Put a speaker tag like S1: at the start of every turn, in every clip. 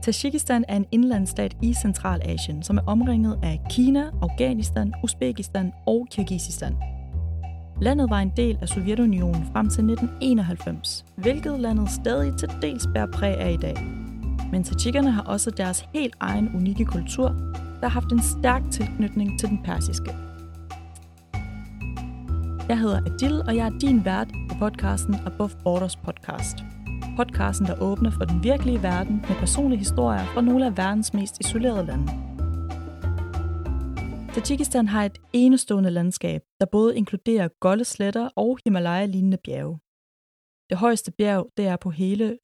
S1: Tadsjikistan er en indlandsstat i Centralasien, som er omringet af Kina, Afghanistan, Uzbekistan og Kirgisistan. Landet var en del af Sovjetunionen frem til 1991, hvilket landet stadig til dels bærer præg af i dag. Men tadsjikkerne har også deres helt egen unikke kultur, der har haft en stærk tilknytning til den persiske. Jeg hedder Adil, og jeg er din vært på podcasten Above Borders podcast. Podcasten, der åbner for den virkelige verden med personlige historier fra nogle af verdens mest isolerede lande. Tadsjikistan har et enestående landskab, der både inkluderer golde sletter og Himalaya-lignende bjerge. Det højeste bjerg det er på hele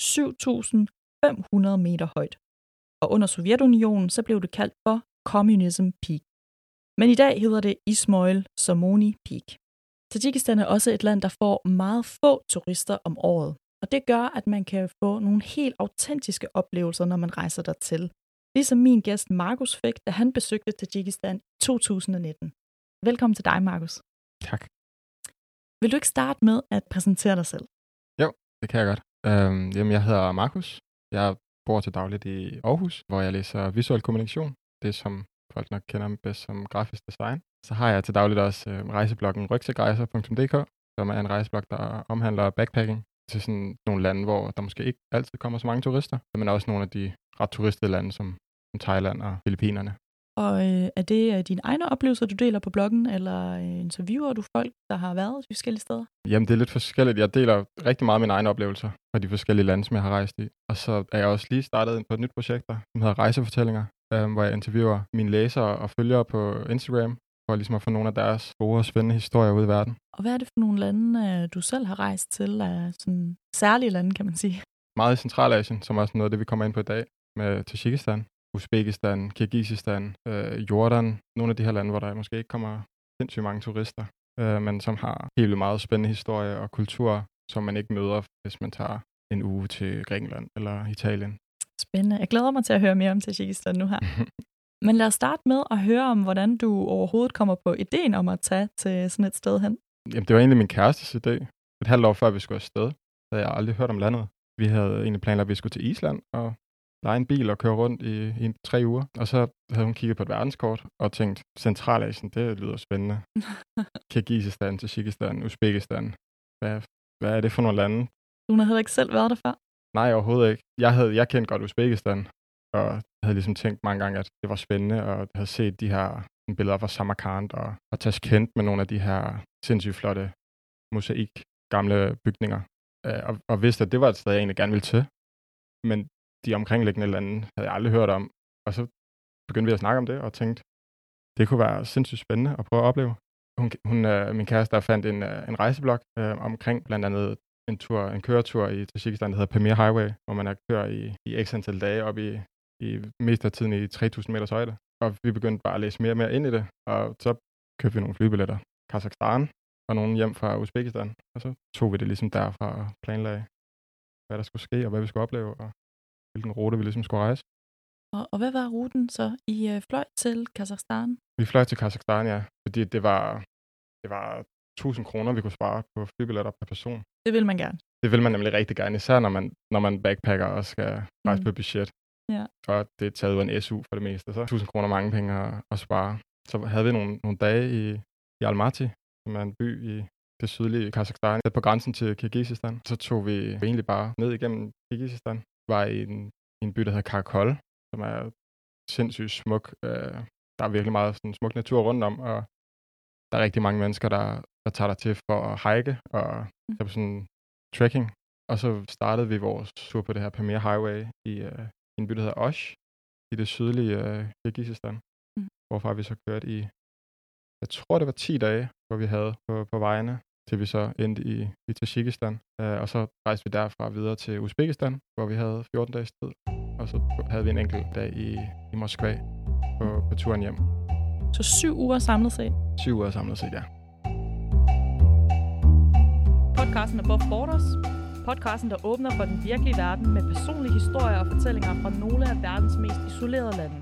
S1: 7.500 meter højt, og under Sovjetunionen så blev det kaldt for Communism Peak. Men i dag hedder det Ismoil Somoni Peak. Tadsjikistan er også et land, der får meget få turister om året, og det gør, at man kan få nogle helt autentiske oplevelser, når man rejser dertil. Ligesom min gæst Markus fik, da han besøgte Tadsjikistan i 2019. Velkommen til dig, Markus.
S2: Tak.
S1: Vil du ikke starte med at præsentere dig selv?
S2: Jo, det kan jeg godt. Jeg hedder Markus. Jeg bor til dagligt i Aarhus, hvor jeg læser visuel kommunikation. Det som folk nok kender bedst som grafisk design. Så har jeg til dagligt også rejsebloggen rygsækrejser.dk, som er en rejseblog, der omhandler backpacking til sådan nogle lande, hvor der måske ikke altid kommer så mange turister, men også nogle af de ret turistede lande, som Thailand og Filippinerne.
S1: Og er det dine egne oplevelser, du deler på bloggen, eller interviewer du folk, der har været de forskellige steder?
S2: Jamen, det er lidt forskelligt. Jeg deler rigtig meget mine egne oplevelser fra de forskellige lande, som jeg har rejst i. Og så er jeg også lige startet på et nyt projekt, som hedder Rejsefortællinger, hvor jeg interviewer mine læsere og følgere på Instagram, for ligesom at få nogle af deres gode og spændende historier ud i verden.
S1: Og hvad er det for nogle lande, du selv har rejst til? Sådan særlige lande, kan man sige?
S2: Meget i Centralasien, som er også noget af det, vi kommer ind på i dag, med Tadsjikistan, Uzbekistan, Kirgisistan, Jordan. Nogle af de her lande, hvor der måske ikke kommer sindssygt mange turister, men som har helt vildt meget spændende historie og kultur, som man ikke møder, hvis man tager en uge til Grækenland eller Italien.
S1: Spændende. Jeg glæder mig til at høre mere om Tadsjikistan nu her. Men lad os starte med at høre om, hvordan du overhovedet kommer på ideen om at tage til sådan et sted hen.
S2: Jamen, det var egentlig min kærestes idé. Et halvt år før vi skulle afsted, havde jeg aldrig hørt om landet. Vi havde egentlig planlagt, at vi skulle til Island og leje en bil og køre rundt i 3 uger. Og så havde hun kigget på et verdenskort og tænkt, Centralasien, det lyder spændende. Kirgisistan, Tadsjikistan, Uzbekistan. Hvad er det for nogle lande?
S1: Hun har heller ikke selv været der før?
S2: Nej, overhovedet ikke. Jeg kendte godt Uzbekistan, og havde ligesom tænkt mange gange, at det var spændende, og havde set de her billeder fra Samarkand og Tashkent med nogle af de her sindssygt flotte mosaik, gamle bygninger. Og vidste, at det var et sted, jeg egentlig gerne ville til. Men de omkringliggende lande havde jeg aldrig hørt om. Og så begyndte vi at snakke om det, og tænkte, det kunne være sindssygt spændende at prøve at opleve. Min kæreste, der fandt en rejseblog omkring blandt andet en køretur i Tadsjikistan, der hedder Pamir Highway, hvor man kører i x antal dage op i mest af tiden i 3.000 meters højde. Og vi begyndte bare at læse mere og mere ind i det, og så købte vi nogle flybilletter. Kazakhstan og nogen hjem fra Uzbekistan, og så tog vi det ligesom derfra og planlagde, hvad der skulle ske, og hvad vi skulle opleve, og hvilken rute vi ligesom skulle rejse.
S1: Og hvad var ruten så? I fløj til Kazakhstan? Vi
S2: fløj til Kazakhstan, ja, fordi det var 1.000 kroner, vi kunne spare på flybilletter per person.
S1: Det vil man gerne.
S2: Det vil man nemlig rigtig gerne, især når man backpacker og skal rejse på budget.
S1: Ja.
S2: Og det er taget ud af en SU for det meste, så 1.000 kroner mange penge at spare. Så havde vi nogle dage i Almaty, som er en by i det sydlige Kazakhstan, på grænsen til Kirgisistan. Så tog vi egentlig bare ned igennem Kirgisistan. Var i en by, der hedder Karakol, som er sindssygt smuk. Der er virkelig meget sådan smuk natur rundt om, og der er rigtig mange mennesker, der tager der til for at hike og tage på sådan trekking. Og så startede vi vores tur på det her Pamir Highway i en by, der hedder Osh, i det sydlige Kirgisistan, hvorfra vi så kørte jeg tror det var 10 dage, hvor vi havde på vejene, til vi så endte i Tadsjikistan. Og så rejste vi derfra videre til Uzbekistan, hvor vi havde 14 dages tid. Og så havde vi en enkelt dag i Moskva på turen hjem.
S1: Så 7 uger samlet set?
S2: 7 uger samlet set, ja.
S1: Podcasten Above Borders. Podcasten, der åbner for den virkelige verden med personlige historier og fortællinger fra nogle af verdens mest isolerede lande.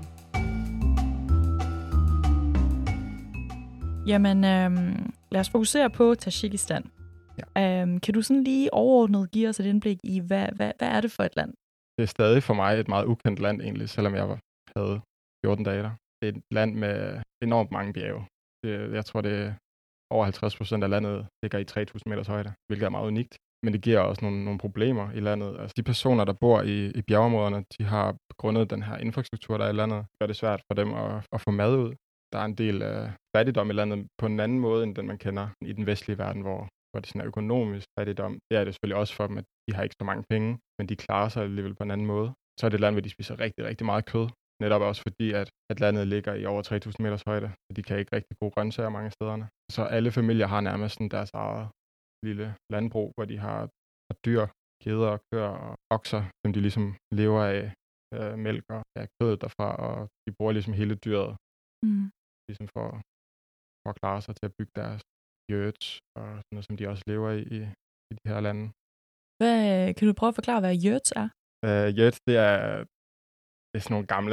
S1: Jamen, lad os fokusere på Tadsjikistan. Ja. Kan du sådan lige overordnet give os et indblik i, hvad er det for et land?
S2: det er stadig for mig et meget ukendt land egentlig, selvom jeg havde 14 dage der. Det er et land med enormt mange bjerge. Jeg tror, det er over 50% af landet ligger i 3.000 meters højde, hvilket er meget unikt. Men det giver også nogle problemer i landet. Altså de personer, der bor i bjergeområderne, de har grundet den her infrastruktur, der er i landet, gør det svært for dem at få mad ud. Der er en del fattigdom i landet på en anden måde, end den man kender i den vestlige verden, hvor det sådan er økonomisk fattigdom. Det er det selvfølgelig også for dem, at de har ikke så mange penge, men de klarer sig alligevel på en anden måde. Så er det et land, hvor de spiser rigtig, rigtig meget kød. Netop også fordi, at landet ligger i over 3.000 meters højde, så de kan ikke rigtig bruge grøntsager mange stederne. Så alle familier har nærmest deres eget lille landbrug, hvor de har dyr, geder, køer og okser, som de ligesom lever af, mælk og kødet derfra, og de bruger ligesom hele dyret ligesom for at klare sig til at bygge deres yurts og sådan noget, som de også lever i de her lande.
S1: Kan du prøve at forklare, hvad yurts er?
S2: Yurts, det er sådan nogle gamle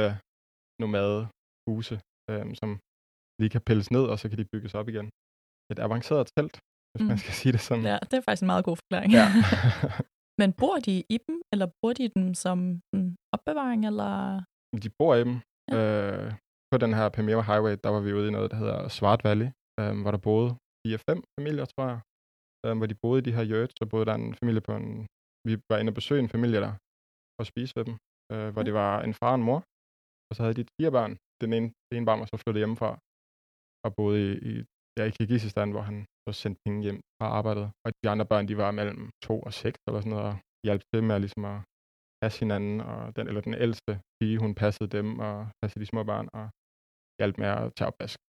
S2: nomadehuse, som lige kan pilles ned, og så kan de bygges op igen. Et avanceret telt, hvis man skal sige det sådan.
S1: Ja, det er faktisk en meget god forklaring.
S2: Ja.
S1: Men bor de i dem, eller bruger de dem som en opbevaring, eller?
S2: De bor i dem.
S1: Ja.
S2: På den her Pamir Highway, der var vi ude i noget, der hedder Swart Valley, hvor der boede 4-5 familier, tror jeg. Hvor de boede i de her yurts, så boede der en familie vi var inde og besøge en familie der, og spise ved dem, hvor det var en far og en mor, og så havde de 4 børn. Det ene barn var så flyttet hjemmefra, og boede i Kirgisistan, hvor han så sendte penge hjem fra arbejdet. Og de andre børn, de var mellem 2 og 6 eller sådan noget, og hjalp til med ligesom at passe hinanden, og den ældste pige, hun passede dem, og passede de små børn, og hjalp med at tage opvask,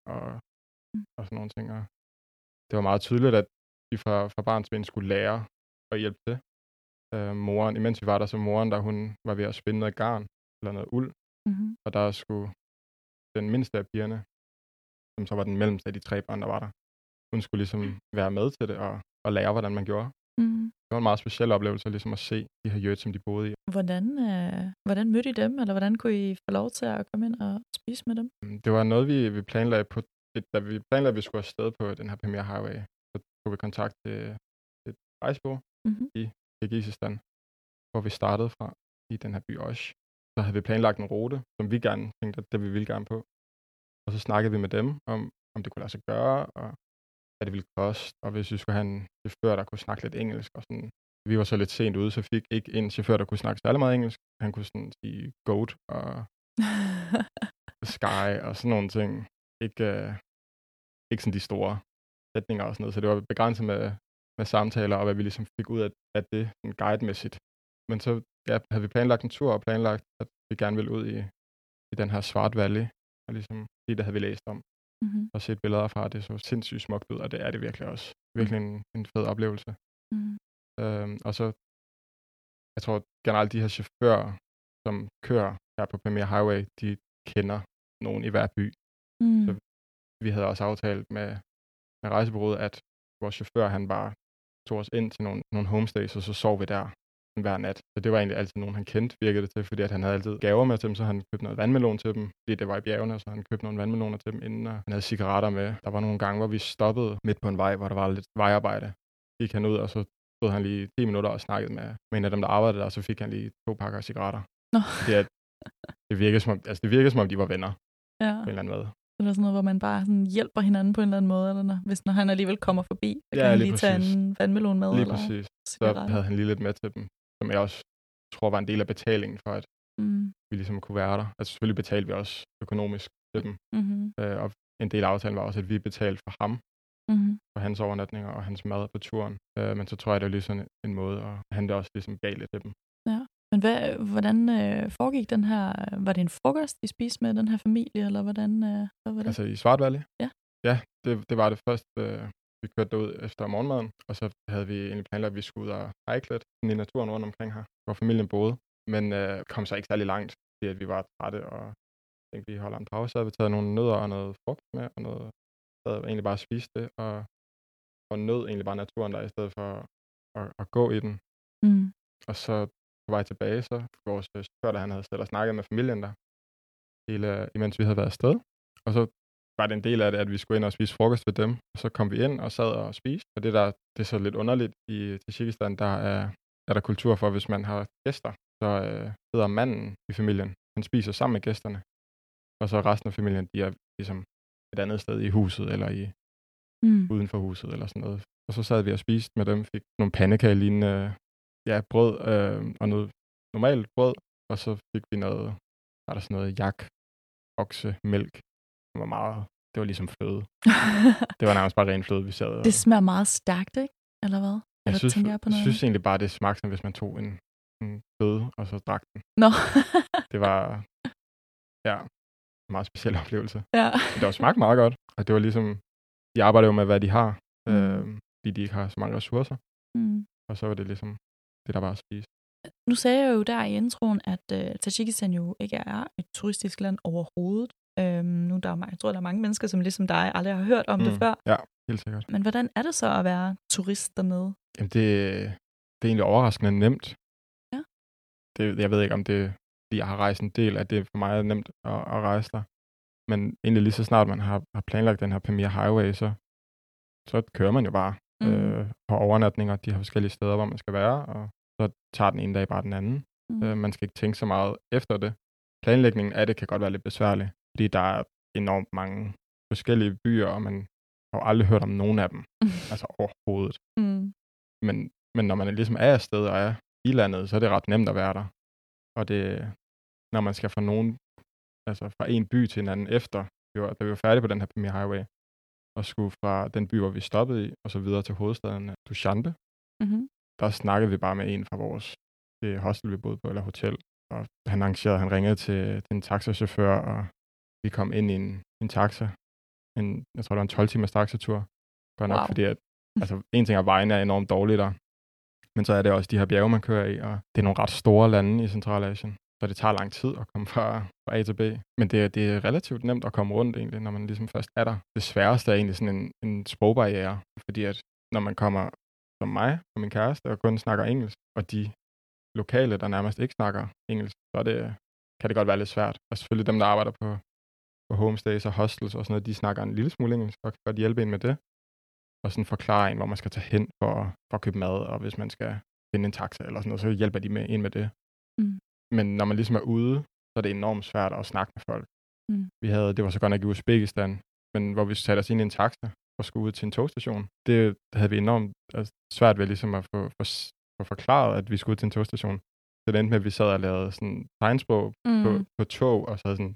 S2: og sådan nogle ting. Og det var meget tydeligt, at de fra barnsben skulle lære at hjælpe til. Moren, imens vi var der, så moren, der hun var ved at spinde noget garn, eller noget uld, og der skulle den mindste af pigerne, som så var den mellemste af de 3 børn, der var der, hun skulle ligesom være med til det, og lære, hvordan man gjorde. Det var en meget speciel oplevelse, ligesom at se de her yurts, som de boede i.
S1: Hvordan mødte I dem, eller hvordan kunne I få lov til at komme ind og spise med dem?
S2: Det var noget, vi planlagde på, da vi planlagde, at vi skulle afsted på den her Pamir Highway. Så tog vi kontakt til et rejsebureau i Kirgisistan, hvor vi startede fra i den her by Osh. Så havde vi planlagt en rute, som vi gerne tænkte, at det vi ville gerne på. Og så snakkede vi med dem om det kunne lade sig gøre, og hvad det ville koste, og hvis vi skulle have en chauffør, der kunne snakke lidt engelsk. Og sådan. Vi var så lidt sent ude, så fik ikke en chauffør, der kunne snakke særlig meget engelsk. Han kunne sådan sige goat og sky og sådan nogle ting. Ikke sådan de store sætninger og sådan noget, så det var begrænset med samtaler, og hvad vi ligesom fik ud af det sådan guidemæssigt. Men så havde vi planlagt en tur, og planlagt, at vi gerne ville ud i den her Swart Valley, og ligesom det havde vi læst om. Og set billeder fra, det så sindssygt smukt ud, og det er det virkelig også. Virkelig en fed oplevelse. Og så, jeg tror generelt, de her chauffører, som kører her på Pamir Highway, de kender nogen i hver by. Så vi havde også aftalt med rejsebureauet, at vores chauffør, han bare tog os ind til nogle homestays, og så sov vi der hver nat. Så det var egentlig altid nogen, han kendte, virkede det til, fordi at han havde altid gaver med til dem, så han købte noget vandmelon til dem, fordi det var i bjergene, så han købte nogle vandmeloner til dem inden, og han havde cigaretter med. Der var nogle gange, hvor vi stoppede midt på en vej, hvor der var lidt vejarbejde. Så gik han ud, og så stod han lige 10 minutter og snakkede med en af dem, der arbejdede der, og så fik han lige 2 pakker cigaretter. Det virkede som om de var venner på en eller anden måde.
S1: Eller sådan noget, hvor man bare sådan hjælper hinanden på en eller anden måde, eller når han alligevel kommer forbi, så kan han lige tage en vandmelon med.
S2: Lige præcis. Så havde han lige lidt med til dem, som jeg også tror var en del af betalingen for, at vi ligesom kunne være der. Altså selvfølgelig betalte vi også økonomisk til dem. Og en del af aftalen var også, at vi betalte for ham, for hans overnatninger og hans mad på turen. Men så tror jeg, det var lige sådan en måde, og han det også ligesom gav lidt til dem.
S1: Ja. Men hvordan foregik den her? Var det en frokost, I spiste med den her familie, eller hvordan var det?
S2: Altså i Swart Valley?
S1: Ja.
S2: Ja, det var det først. Vi kørte derud efter morgenmaden, og så havde vi egentlig planlagt, at vi skulle ud og hike lidt i naturen rundt omkring her, hvor familien boede. Men kom så ikke særlig langt, fordi at vi var trætte, og tænkte, vi holder en pause. Så havde vi taget nogle nødder og noget frugt med, og noget, havde egentlig bare spist det, og nød egentlig bare naturen der, i stedet for at gå i den. Og så på vej tilbage, så vores chauffør, der han havde siddet og snakket med familien der, imens vi havde været afsted. Og så var det en del af det, at vi skulle ind og spise frokost ved dem. Og så kom vi ind og sad og spiste. Og det er så lidt underligt i Tadsjikistan, der er der kultur for, hvis man har gæster, så sidder manden i familien, han spiser sammen med gæsterne, og så resten af familien, de er ligesom et andet sted i huset, eller uden for huset, eller sådan noget. Og så sad vi og spiste med dem, fik nogle pandekager-lignende brød, og noget normalt brød, og så fik vi noget, var der sådan noget okse, mælk, det var ligesom fløde. Det var nærmest bare ren fløde, vi sad.
S1: Det smager meget stærkt, ikke? Eller hvad?
S2: Jeg synes egentlig bare, det smagte som hvis man tog en fløde, og så drak den.
S1: Nå.
S2: Det var, en meget speciel oplevelse.
S1: Ja.
S2: Det var smagt meget godt, og det var ligesom, de arbejder jo med, hvad de har, fordi de ikke har så mange ressourcer. Og så var det ligesom det, der var at spise.
S1: Nu sagde jeg jo der i introen, at Tadsjikistan jo ikke er et turistisk land overhovedet. Nu jeg tror, der er mange mennesker, som ligesom dig aldrig har hørt om det før.
S2: Ja, helt sikkert.
S1: Men hvordan er det så at være turist dernede?
S2: Jamen, det er egentlig overraskende nemt.
S1: Ja.
S2: Jeg ved ikke, om det er, fordi jeg har rejst en del, at det for mig er nemt at rejse der. Men egentlig lige så snart man har planlagt den her Pamir Highway, så kører man jo bare på overnatninger. De har forskellige steder, hvor man skal være, og så tager den ene dag bare den anden. Man skal ikke tænke så meget efter det. Planlægningen af det kan godt være lidt besværlig, fordi der er enormt mange forskellige byer, og man har jo aldrig hørt om nogen af dem. Altså overhovedet. Men når man ligesom er afsted og er i landet, så er det ret nemt at være der. Og det, når man skal fra fra en by til en anden efter, da vi var færdige på den her Pamir Highway, og skulle fra den by, hvor vi stoppede i, og så videre til hovedstaden Dushanbe, der snakkede vi bare med en fra vores hostel, vi boede på, eller hotel. Og han ringede til en taxachauffør, og vi kom ind i en taxa. Jeg tror, det var en 12-timers taxatur. Godt nok, fordi en ting er, at vejen er enormt dårlig der, men så er det også de her bjerge, man kører i, og det er nogle ret store lande i Centralasien, så det tager lang tid at komme fra A til B. Men det er relativt nemt at komme rundt egentlig, når man ligesom først er der. Det sværeste er egentlig sådan en sprogbarriere, fordi at når man kommer som mig og min kæreste og kun snakker engelsk, og de lokale, der nærmest ikke snakker engelsk, så kan det godt være lidt svært. Og selvfølgelig dem, der arbejder på homestays og hostels og sådan noget, de snakker en lille smule engelsk, og kan godt hjælpe en med det. Og sådan forklare en, hvor man skal tage hen for at købe mad, og hvis man skal finde en taxa eller sådan noget, så hjælper de en med det. Men når man ligesom er ude, så er det enormt svært at snakke med folk. Det var så godt nok i Uzbekistan, men hvor vi satte os ind i en taxa og skulle ud til en togstation, det havde vi enormt svært ved ligesom at få forklaret, at vi skulle ud til en togstation. Så det endte med, at vi sad og lavede sådan tegnsprog på tog, og så sådan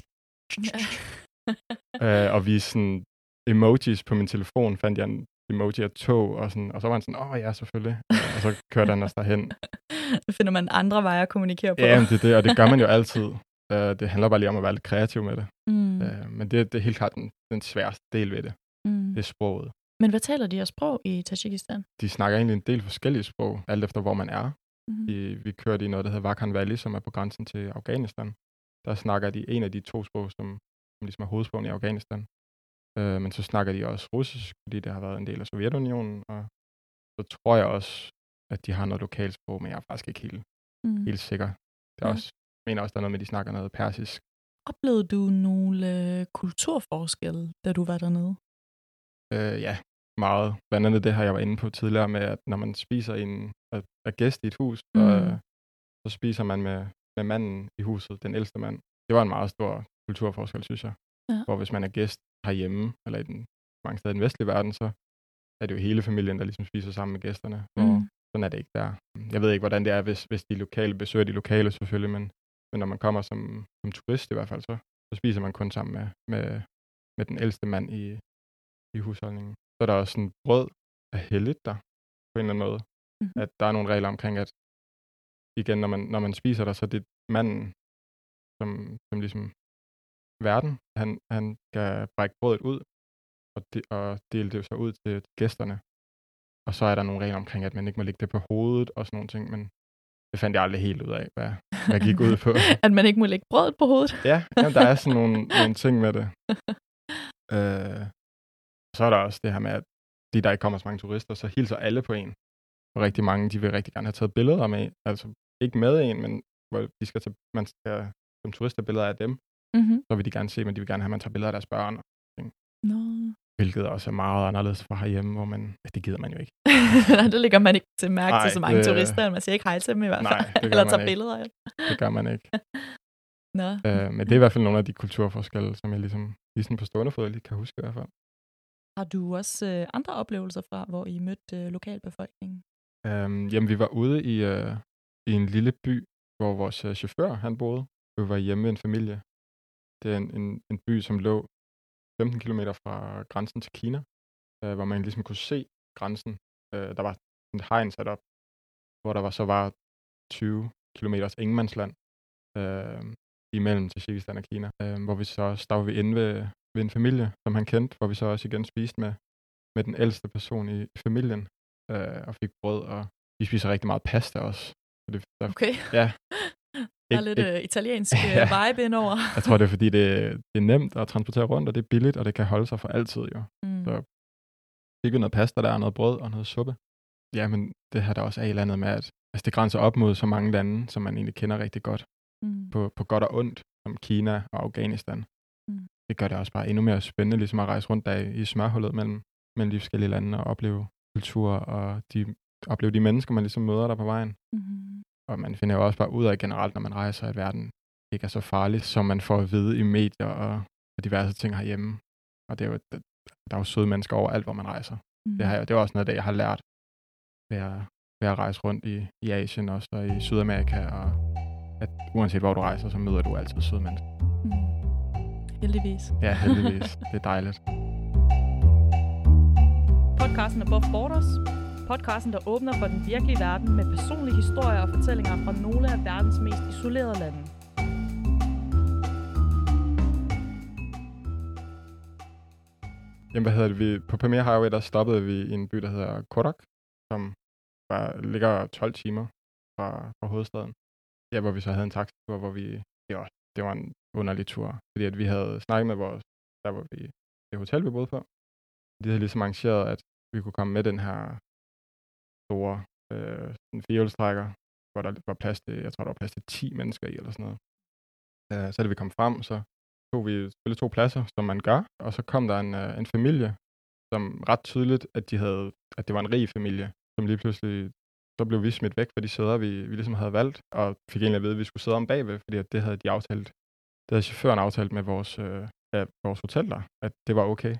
S2: og vi sådan emojis på min telefon, fandt jeg en emoji af tog, og så var han sådan, ja, selvfølgelig. Og så kørte han os derhen.
S1: Så finder man andre veje at kommunikere på.
S2: Ja, det er det, og det gør man jo altid. Det handler bare lige om at være lidt kreativ med det. Men det er helt klart den sværeste del ved det. Det er sproget.
S1: Men hvad taler de af sprog i Tadsjikistan?
S2: De snakker egentlig en del forskellige sprog, alt efter hvor man er. Vi kørte i noget, der hedder Wakhan Valley, som er på grænsen til Afghanistan. Der snakker de en af de 2 sprog, som ligesom er hovedsprogen i Afghanistan. Men så snakker de også russisk, fordi det har været en del af Sovjetunionen, og så tror jeg også, at de har noget lokalt sprog, men jeg er faktisk ikke helt sikker. Det er også, jeg mener også, der er noget med, at de snakker noget persisk.
S1: Oplevede du nogle kulturforskelle, da du var dernede?
S2: Ja, meget. Blandt andet det her, jeg var inde på tidligere med, at når man spiser er gæst i et hus, så spiser man med manden i huset, den ældste mand. Det var en meget stor kulturforskel, synes jeg. Ja. Hvor hvis man er gæst herhjemme, eller mange steder i den vestlige verden, så er det jo hele familien, der ligesom spiser sammen med gæsterne. Og sådan er det ikke der. Jeg ved ikke, hvordan det er, hvis de lokale besøger de lokale selvfølgelig, men når man kommer som turist i hvert fald, så spiser man kun sammen med den ældste mand i husholdningen. Så er der også sådan brød er helligt der, på en eller anden måde. At der er nogle regler omkring, at igen, når man spiser der, så er det manden, som ligesom verden, han skal brække brødet ud, og dele det så ud til gæsterne. Og så er der nogle regler omkring, at man ikke må lægge det på hovedet og sådan nogle ting, men det fandt jeg aldrig helt ud af, hvad jeg gik ud på.
S1: At man ikke må lægge brødet på hovedet?
S2: Ja, der er sådan nogle ting med det. Så er der også det her med, at der ikke kommer så mange turister, så hilser alle på en. Og rigtig mange, de vil rigtig gerne have taget billeder med, altså ikke med en, men hvor man skal som turist have billeder af dem. Så vil de gerne se, men de vil gerne have, at man tager billeder af deres børn.
S1: No.
S2: hvilket også er meget anderledes fra herhjemme, hvor man, det gider man jo ikke.
S1: Det lægger man ikke til mærke til så mange turister, man siger ikke hej til dem i hvert fald,
S2: nej,
S1: eller tager billeder.
S2: Det gør man ikke.
S1: Nå.
S2: Men det er i hvert fald nogle af de kulturforskelle, som jeg ligesom på stående fod lige kan huske i hvert fald.
S1: Har du også andre oplevelser fra, hvor I mødte lokalbefolkningen?
S2: Jamen, vi var ude i en lille by, hvor vores chauffør, han boede. Vi var hjemme med en familie. Det er en by, som lå 15 kilometer fra grænsen til Kina, hvor man ligesom kunne se grænsen. Der var en hegn sat op, hvor der var 20 kilometers ingenmandsland imellem Tadsjikistan og Kina, hvor vi så der var vi inde ved en familie, som han kendte, hvor vi så også igen spiste med den ældste person i familien, og fik brød, og vi spiser rigtig meget pasta også.
S1: Okay.
S2: Ja.
S1: Der er lidt italiensk vibe indover.
S2: Jeg tror, det er fordi, det er nemt at transportere rundt, og det er billigt, og det kan holde sig for altid jo. Så fik vi noget pasta der, noget brød og noget suppe. Ja, men det her der også er et eller andet med, at det grænser op mod så mange lande, som man egentlig kender rigtig godt. På godt og ondt, som Kina og Afghanistan. Det gør det også bare endnu mere spændende, ligesom at rejse rundt der i smørhullet mellem de forskellige lande og opleve kultur og opleve de mennesker, man ligesom møder der på vejen. Og man finder jo også bare ud af generelt, når man rejser, at verden ikke er så farlig, som man får at vide i medier og diverse ting herhjemme. Og det er jo, der er jo søde mennesker overalt, hvor man rejser. Det er også noget af det, jeg har lært ved at rejse rundt i Asien også, og i Sydamerika, og at uanset hvor du rejser, så møder du altid søde mennesker.
S1: Heldigvis.
S2: Ja, heldigvis. Det er dejligt.
S1: Podcasten Above Borders. Podcasten, der åbner for den virkelige verden med personlige historier og fortællinger fra nogle af verdens mest isolerede lande.
S2: Jamen, på Pamir Highway, der stoppede vi i en by, der hedder Kodak, som ligger 12 timer fra hovedstaden. Ja, hvor vi så havde en taxitur, hvor det var en underlig tur, fordi at vi havde snakket med det hotel, vi boede på. De havde ligesom arrangeret, at vi kunne komme med den her store firehjulstrækker, hvor der var plads til, jeg tror, der var plads til 10 mennesker i, eller sådan noget. Så da vi kom frem, så tog vi selvfølgelig 2 pladser, som man gør, og så kom der en familie, som ret tydeligt, at det var en rig familie, som lige pludselig, så blev vi smidt væk fra de sæder, vi ligesom havde valgt, og fik egentlig at vide, at vi skulle sidde om bagved, fordi at det havde de aftalt. Det havde chaufføren aftalt med vores hotel der, at det var okay.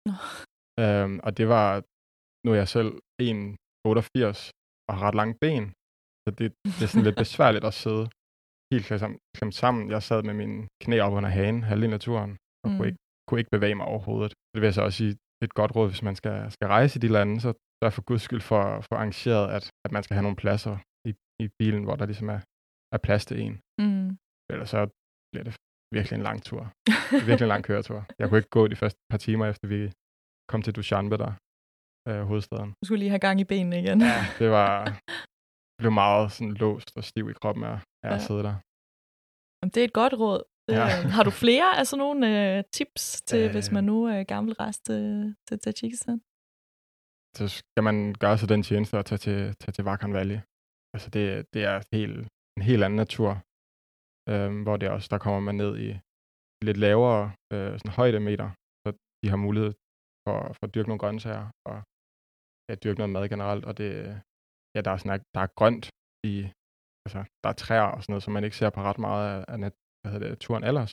S2: Og det var, nu er jeg selv 1,88 og har ret lange ben, så det er sådan lidt besværligt at sidde helt klemt sammen. Jeg sad med mine knæ op under hagen halvdelen af turen, og kunne ikke bevæge mig overhovedet. Det vil jeg så også sige et godt råd, hvis man skal rejse i de lande, så er for guds skyld for arrangeret, at man skal have nogle pladser i bilen, hvor der ligesom er plads til en. Ellers så bliver det virkelig en lang tur. Virkelig en lang køretur. Jeg kunne ikke gå de første par timer, efter vi kom til Dushanbe der, hovedstaden. Du skulle lige have gang i benene igen. Ja, det blev meget sådan låst og stiv i kroppen af at sidde der.
S1: Det er et godt råd. Har du flere af sådan nogle tips til, hvis man nu gerne vil rejse til Tadsjikistan?
S2: Så skal man gøre sig den tjeneste og tage til Wakhan Valley. Altså det er en helt anden natur, hvor det også, der kommer man ned i lidt lavere sådan højdemeter, så de har mulighed for at dyrke nogle grøntsager og dyrke noget mad generelt, og der er grønt altså der er træer og sådan noget, som man ikke ser på ret meget af turen ellers.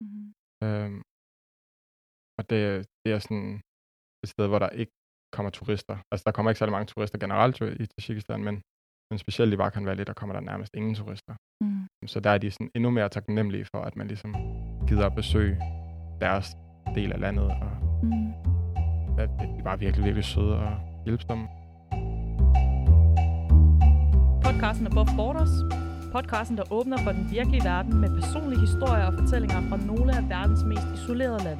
S2: Og det er sådan et sted, hvor der ikke kommer turister. Altså der kommer ikke særlig mange turister generelt i Tadsjikistan, men specielt i Wakhan Valley, der kommer der nærmest ingen turister. Så der er de sådan endnu mere taknemmelige for, at man ligesom gider at besøge deres del af landet, og at de var virkelig, virkelig søde og hjælpsomme.
S1: Podcasten Above Borders. Podcasten, der åbner for den virkelige verden med personlige historier og fortællinger fra nogle af verdens mest isolerede lande.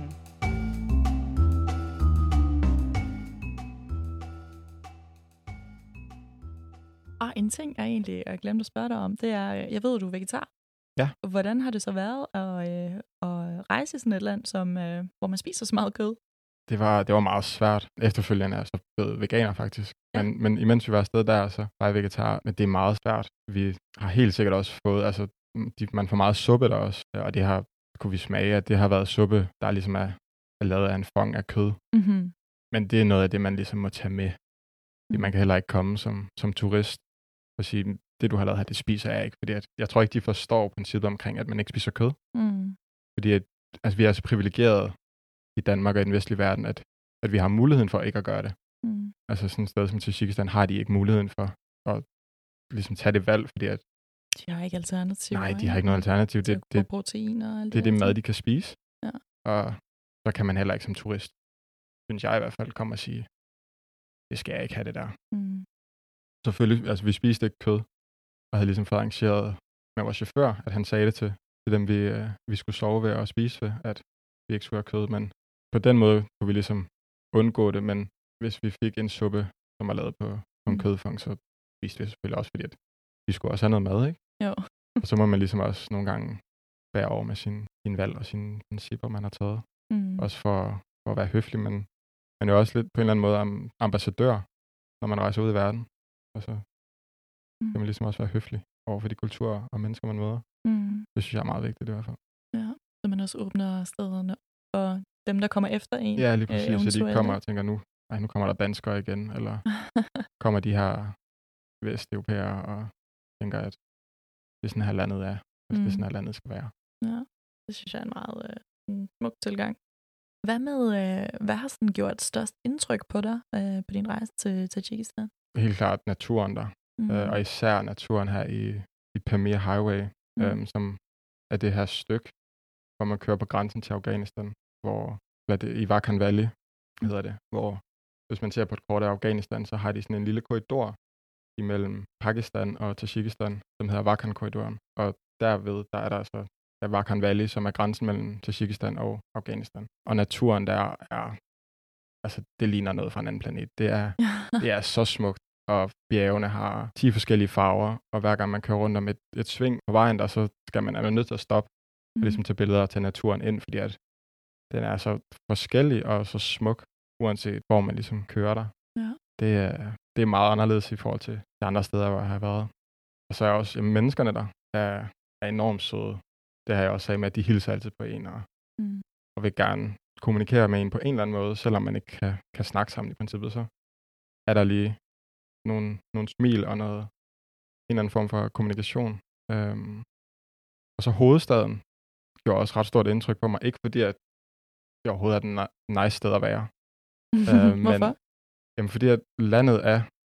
S1: En ting, jeg glemte at spørge dig om, det er, jeg ved, at du er vegetar.
S2: Ja.
S1: Hvordan har det så været at rejse i sådan et land, hvor man spiser så meget kød?
S2: Det var meget svært. Efterfølgende er jeg så blevet veganer faktisk. Ja. Men imens vi var afsted der, så var jeg vegetar. Men det er meget svært. Vi har helt sikkert også fået, man får meget suppe der også. Og det kunne vi smage, at det har været suppe, der ligesom er lavet af en fong af kød. Men det er noget af det, man ligesom må tage med. Fordi man kan heller ikke komme som turist og sige, det du har lavet her, det spiser jeg ikke. Fordi jeg tror ikke, de forstår princippet omkring, at man ikke spiser kød. Fordi vi er så privilegerede i Danmark og i den vestlige verden, at vi har muligheden for ikke at gøre det. Altså sådan et sted som Tadsjikistan har de ikke muligheden for at ligesom tage det valg, fordi at
S1: de har ikke alternativer.
S2: Nej, de har ikke noget alternativ.
S1: Det er proteiner og alt
S2: det er det mad, de kan spise.
S1: Ja.
S2: Og så kan man heller ikke som turist, synes jeg i hvert fald, komme og sige, det skal jeg ikke have det der. Selvfølgelig, altså vi spiste ikke kød, og havde ligesom fået arrangeret med vores chauffør, at han sagde det til dem, vi skulle sove ved og spise ved, at vi ikke skulle have kød. Men på den måde kunne vi ligesom undgå det, men hvis vi fik en suppe, som var lavet på en kødfang, så spiste vi selvfølgelig også, fordi at vi skulle også have noget mad, ikke?
S1: Jo.
S2: Og så må man ligesom også nogle gange bære over med sin valg og sine principper, man har taget. Også for at være høflig, men man er jo også lidt på en eller anden måde ambassadør, når man rejser ud i verden. Og så kan man ligesom også være høflig over for de kulturer og mennesker, man møder. Det synes jeg er meget vigtigt i hvert fald.
S1: Ja, så man også åbner stederne for dem, der kommer efter en.
S2: Ja, lige præcis, så de ikke kommer og tænker, nu kommer der danskere igen, eller kommer de her vesteuropæere og tænker, at det er sådan her landet er, hvis det er sådan her landet skal være.
S1: Ja, det synes jeg er en meget smuk tilgang. Hvad har sådan gjort størst indtryk på dig på din rejse til Tadsjikistan?
S2: Helt klart naturen der, og især naturen her i Pamir Highway, som er det her stykke, hvor man kører på grænsen til Afghanistan, i Wakhan Valley hedder det, hvor hvis man ser på et kort af Afghanistan, så har de sådan en lille korridor imellem Pakistan og Tadsjikistan, som hedder Wakhan-korridoren. Og derved, der er der altså Wakhan Valley, som er grænsen mellem Tadsjikistan og Afghanistan. Og naturen der altså det ligner noget fra en anden planet. Det er så smukt, og bjergene har 10 forskellige farver, og hver gang man kører rundt om et sving på vejen der, så er man nødt til at stoppe og ligesom tage billeder og tage naturen ind, fordi at den er så forskellig og så smuk, uanset hvor man ligesom kører der.
S1: Ja.
S2: Det er meget anderledes i forhold til de andre steder, hvor jeg har været. Og så er også menneskerne der er enormt søde. Det har jeg også sagt med, at de hilser altid på en og vil gerne kommunikere med en på en eller anden måde, selvom man ikke kan snakke sammen i princippet. Så er der lige nogle smil og en eller anden form for kommunikation. Og så hovedstaden gjorde også ret stort indtryk på mig. Ikke fordi, at det overhovedet er den nice sted at være.
S1: Hvorfor?
S2: Jamen, fordi at landet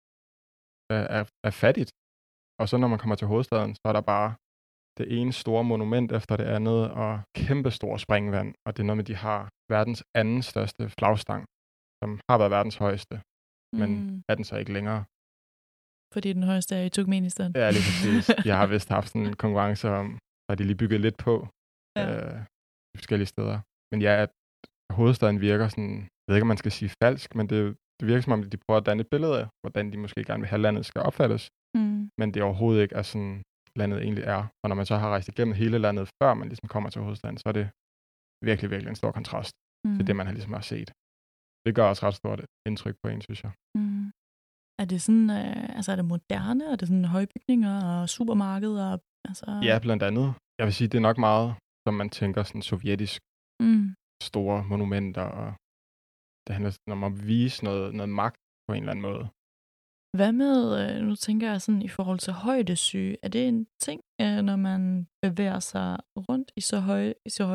S2: er fattigt. Og så når man kommer til hovedstaden, så er der bare det ene store monument efter det andet, og kæmpe store springvand. Og det er noget med, de har verdens anden største flagstang, som har været verdens højeste. Men er den så ikke længere.
S1: Fordi den højeste er i Turkmenistan.
S2: Ja, lige præcis. Jeg har vist haft sådan en konkurrence om, og de lige bygget lidt på de forskellige steder. Men ja, at hovedstaden virker sådan, jeg ved ikke, om man skal sige falsk, men det virker som om, de prøver at danne et billede af, hvordan de måske gerne vil have landet skal opfattes. Men det overhovedet ikke er sådan, landet egentlig er. Og når man så har rejst igennem hele landet, før man ligesom kommer til hovedstaden, så er det virkelig, virkelig en stor kontrast til det, man har ligesom har set. Det gør også ret stort indtryk på en, synes jeg.
S1: Er det sådan, er det moderne? Er det sådan højbygninger og supermarkeder?
S2: Ja, blandt andet. Jeg vil sige, det er nok meget, som man tænker sådan sovjetisk. Store monumenter, og det handler om at vise noget magt på en eller anden måde.
S1: Hvad med, nu tænker jeg sådan i forhold til højdesyge, er det en ting, når man bevæger sig rundt i så høje,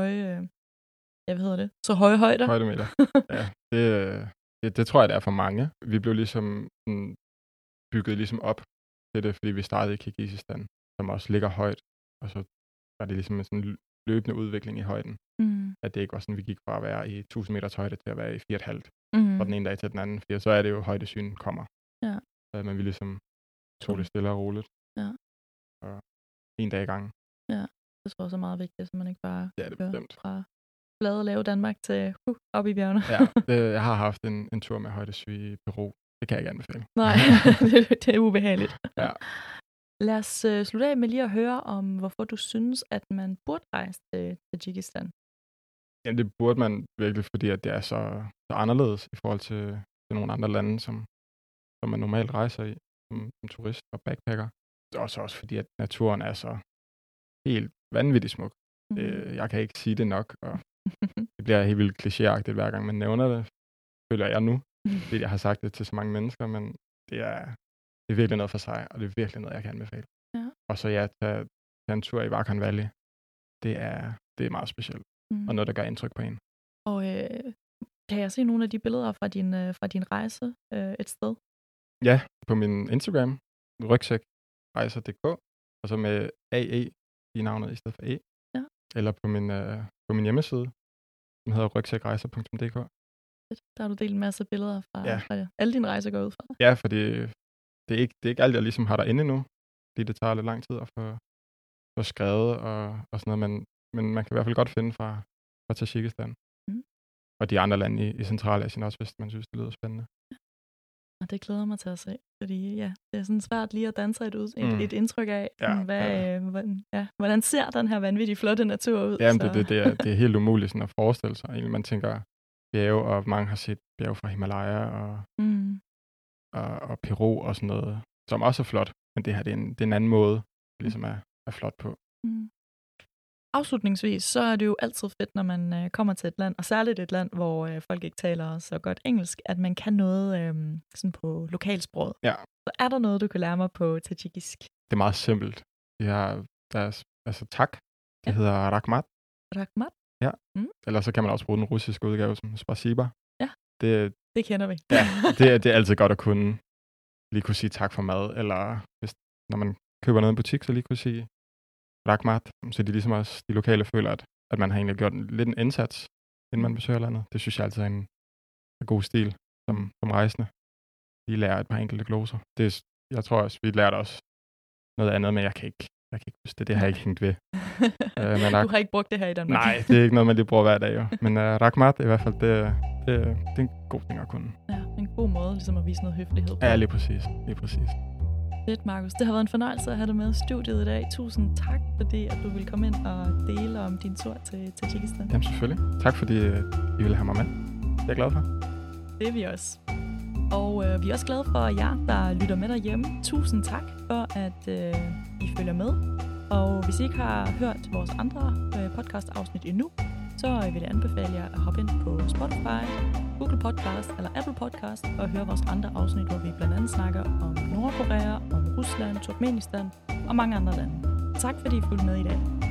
S1: så høje højder?
S2: Højdemeter. Ja, det tror jeg, det er for mange. Vi blev ligesom bygget ligesom op til det, fordi vi startede i Kirgisistan, som også ligger højt, og så var det ligesom en sådan løbende udvikling i højden. At det ikke var sådan, vi gik fra at være i 1000 meters højde til at være i 4,5 fra den ene dag til den anden, for så er det jo højdesyn kommer.
S1: Ja.
S2: Men vi ligesom tog det stille og roligt.
S1: Ja.
S2: Og en dag i gangen.
S1: Ja, det tror jeg også er meget vigtigt, så man ikke bare
S2: kører
S1: fra flade lave Danmark til op i bjergene.
S2: Ja, jeg har haft en tur med højdesyge i Peru. Det kan jeg ikke anbefale.
S1: Nej, det er ubehageligt.
S2: Ja.
S1: Lad os slutte af med lige at høre om, hvorfor du synes, at man burde rejse til Tadsjikistan.
S2: Jamen, det burde man virkelig, fordi at det er så anderledes i forhold til nogle andre lande, som man normalt rejser i, som turist og backpacker. Det er også fordi, at naturen er så helt vanvittigt smuk. Jeg kan ikke sige det nok, og det bliver helt vildt klichéagtigt, hver gang man nævner det, føler jeg nu. fordi jeg har sagt det til så mange mennesker, men det er virkelig noget for sig, og det er virkelig noget, jeg kan anbefale.
S1: Ja.
S2: Og så tage en tur i Wakhan Valley. Det er meget specielt, og noget, der gør indtryk på en.
S1: Og kan jeg se nogle af de billeder fra din rejse et sted?
S2: Ja, på min Instagram, rygsækrejser.dk, og så med AE i navnet i stedet for E.
S1: Ja.
S2: Eller på min hjemmeside, som hedder rygsækrejser.dk.
S1: Der har du delt en masse billeder fra alle dine rejser går ud fra.
S2: Ja, fordi det er ikke alt, jeg ligesom har derinde endnu, fordi det tager lidt lang tid at få skrevet og sådan noget, men man kan i hvert fald godt finde fra Tadsjikistan. Og de andre lande i Centralasien også, hvis man synes, det lyder spændende.
S1: Og det glæder mig til at se, fordi det er sådan svært lige at danse et indtryk af, hvordan ser den her vanvittige flotte natur ud.
S2: Jamen, det er helt umuligt sådan at forestille sig. Man tænker bjerge, og mange har set bjerge fra Himalaya og Peru og sådan noget, som også er flot, men det her det er en anden måde, ligesom er flot på.
S1: Afslutningsvis, så er det jo altid fedt, når man kommer til et land, og særligt et land, hvor folk ikke taler så godt engelsk, at man kan noget sådan på lokalsproget.
S2: Ja.
S1: Så er der noget, du kan lære mig på tadsjikisk?
S2: Det er meget simpelt. De har deres, tak, det hedder Rakhmat.
S1: Rakhmat?
S2: Ja. Eller så kan man også bruge den russiske udgave som Spasiba.
S1: Ja, det kender vi.
S2: Ja, det er altid godt at lige kunne sige tak for mad, eller når man køber noget i en butik, så lige kunne sige Rakhmat, så de ligesom også de lokale føler, at man har egentlig gjort lidt en indsats, inden man besøger landet. Det synes jeg altid er en god stil som rejsende. De lærer et par enkelte gloser. Jeg tror også, vi lærte også noget andet, men jeg kan ikke huske det. Det har jeg ikke hængt ved.
S1: Du har ikke brugt det her i Danmark?
S2: Nej, det er ikke noget, man lige bruger hver dag. Jo. Men Rakhmat i hvert fald, det er en god ting at kunne.
S1: Ja, en god måde ligesom at vise noget høflighed på.
S2: Ja, lige præcis.
S1: Fedt, Markus. Det har været en fornøjelse at have dig med i studiet i dag. Tusind tak, fordi at du ville komme ind og dele om din tur til Tadsjikistan.
S2: Jamen selvfølgelig. Tak, fordi I ville have mig med. Det er jeg glad for.
S1: Det er vi også. Og vi er også glade for jer, der lytter med derhjemme. Tusind tak for, at I følger med. Og hvis I ikke har hørt vores andre podcast-afsnit endnu, så vil jeg anbefale jer at hoppe ind på Spotify, Google Podcast eller Apple Podcast og høre vores andre afsnit, hvor vi blandt andet snakker om Nordkorea, om Rusland, Turkmenistan og mange andre lande. Tak fordi I fulgte med i dag.